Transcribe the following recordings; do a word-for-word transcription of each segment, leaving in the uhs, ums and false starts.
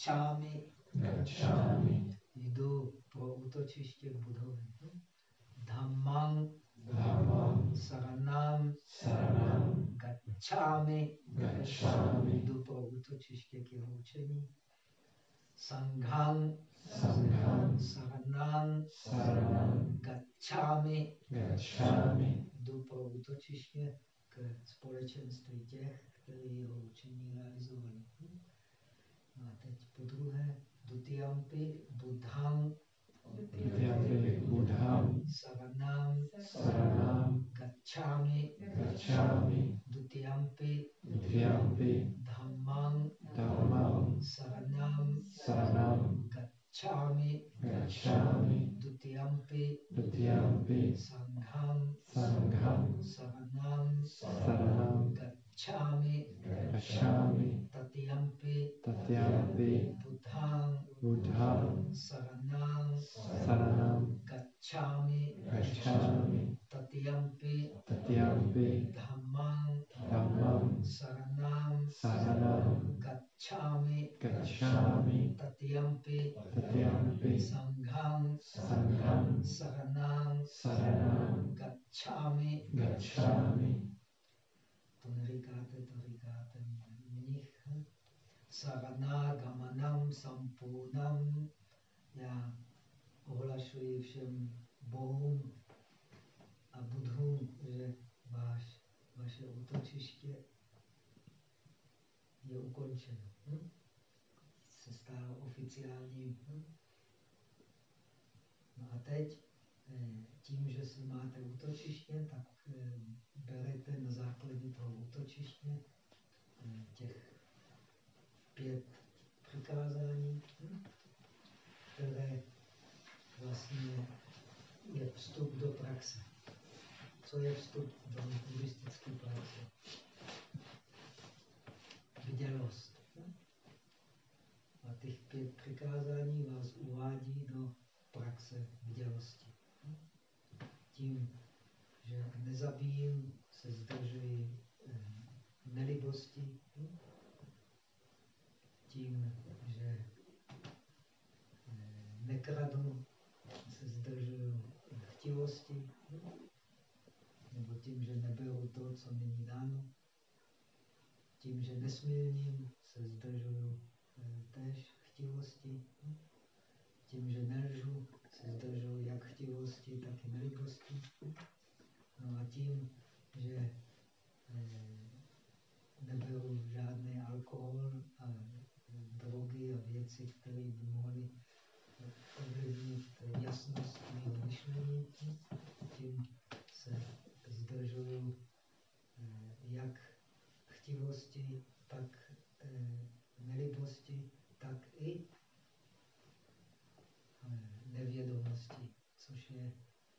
Gacchami. Gacchami. Jdu pro útočiště k Buddhovi. Dhammang. Dhammang. Saranam. Saranam. Gacchami. Gacchami. Jdu pro útočiště k jeho učení. Sanghang. Sangham. Saranam. Saranam. Gacchami. Gacchami. Jdu pro útočiště k společenství těch, kteří jeho učení realizovali. No a teď po druhé, Dutiyampi Buddhang. Dutiyampi Buddham. Saranam. Saranam. Gacchami. Gacchami. Dutiyampi. Dutiyampi. Dhammang. Dhammang. Saranam. Saranam. Gacchami. Gacchami. Dutiyampi. Dutiyampi. Sangham. Sangham. Saranam. Saranam. Gacchami. Gacchami. Tatiyampi. Tatyampi. Buddhang. Buddham. Saranam. Saranam. Gacchami. Gacchami. Tatiyampi. Tatyampi. Dhammang. Dhammam. Saranam. Saranam. Gacchami. Gacchami. Tatiyampi. Tatyampi. Sangham. Sangham. Saranam. Saranam. Gacchami. Gacchami. To neříkáte, to říkáte mnich. Sarana gamanam sampurnam. Já ohlašuji všem bohům a budhům, že váš, vaše útočiště je ukončeno. Hm? Se stalo oficiálním. Hm? No a teď tím, že si máte útočiště, tak berete na základě toho útočiště těch pět přikázání, které vlastně je vstup do praxe. Co je vstup do buddhistické praxe? Bdělost. A těch pět přikázání vás uvádí do praxe bdělosti. Tím, že nezabijím, se zdržuji nelibosti. Tím, že nekradu, se zdržuju chtivosti. Nebo tím, že neberu to, co není dáno. Tím, že nesmilním, se zdržuju též chtivosti. Tím, že nelžu, se zdržuju jak chtivosti, tak i nelibosti. No a tím, že neberu žádný alkohol a drogy a věci, které by mohly ovlivnit jasnost mého myšlení, tím se zdržuju jak chtivosti, tak nelibosti, tak i nevědomosti, což je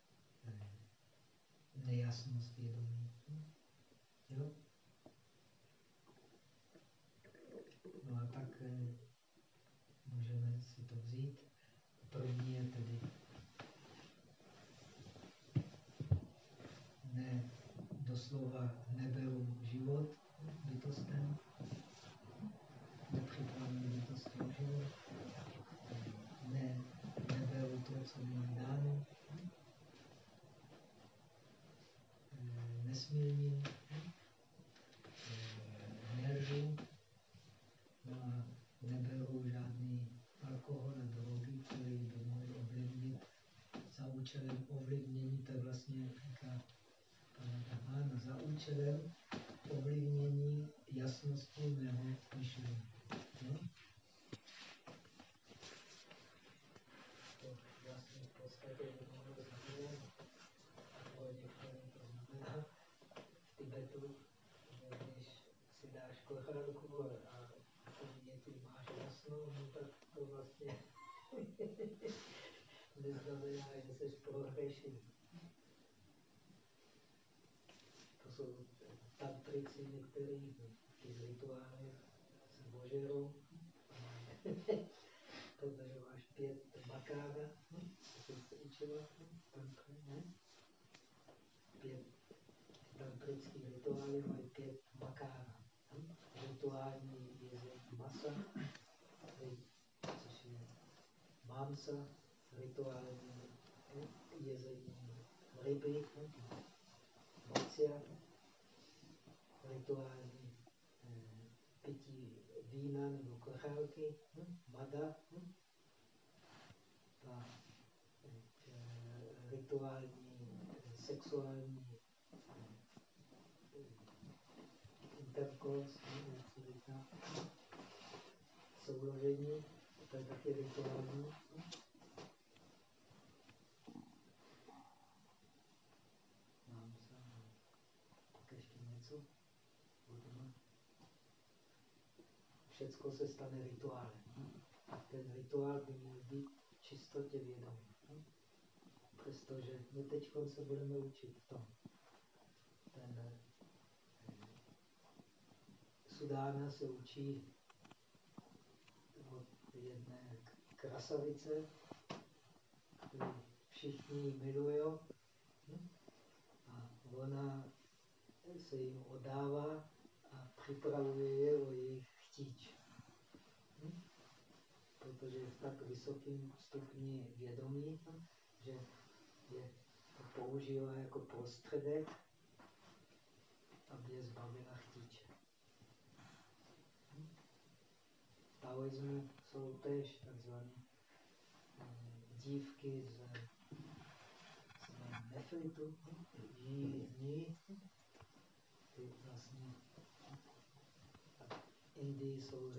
nejasnost vědomí. Jo? No a tak můžeme si to vzít. První je tedy ne doslova neberu život bytostem, nepřipravuji bytostem život, ne, neberu to, co mi dáno, nesmilním, nelžu, no a neberu žádný alkohol a drogy, které by mohly ovlivnit za účelem ovlivnění, to vlastně říká Pána, za účelem ovlivnění jasnosti mého myšlení. No? To vlastně v podstatě mohlo znamenat, nebo některé to znamená v Tibetu, když si dáš kochránku a mě ty máš jasno, no tak to vlastně neznamená, že jsi prohřešil. To jsou tantrici některý, ty rituály se božerou. Protože máš pět makára, to se učila tantry, ne? Pět tantrický rituály mají pět makára. Rituální jezení masa, mámsa, rituální jezení ryby, mocia, rituální eh, pití vína nebo kořálky, hm? mada, hm? a eh, rituální eh, sexuální eh, intercourse, hm? jak se říká, souložení, to je taky rituální. Hm? Mám se, tak ještě něco. Budeme. Všecko se stane rituálem. Hm? A ten rituál by měl být v čistotě vědomí. Hm? Přestože my teď se budeme učit v tom. Ten eh, Sudána se učí od jedné krasavice, který všichni milují. Hm? A ona se jim oddává a připravuje je o jejich chtíč. Hm? Protože je v tak vysokém stupni vědomí, hm? že je to používá jako prostředek, aby je zbavila chtíče. Hm? V taoismu jsou též takzvané dívky z, z nefritu, jí, ní, ty vlastně v Indii jsou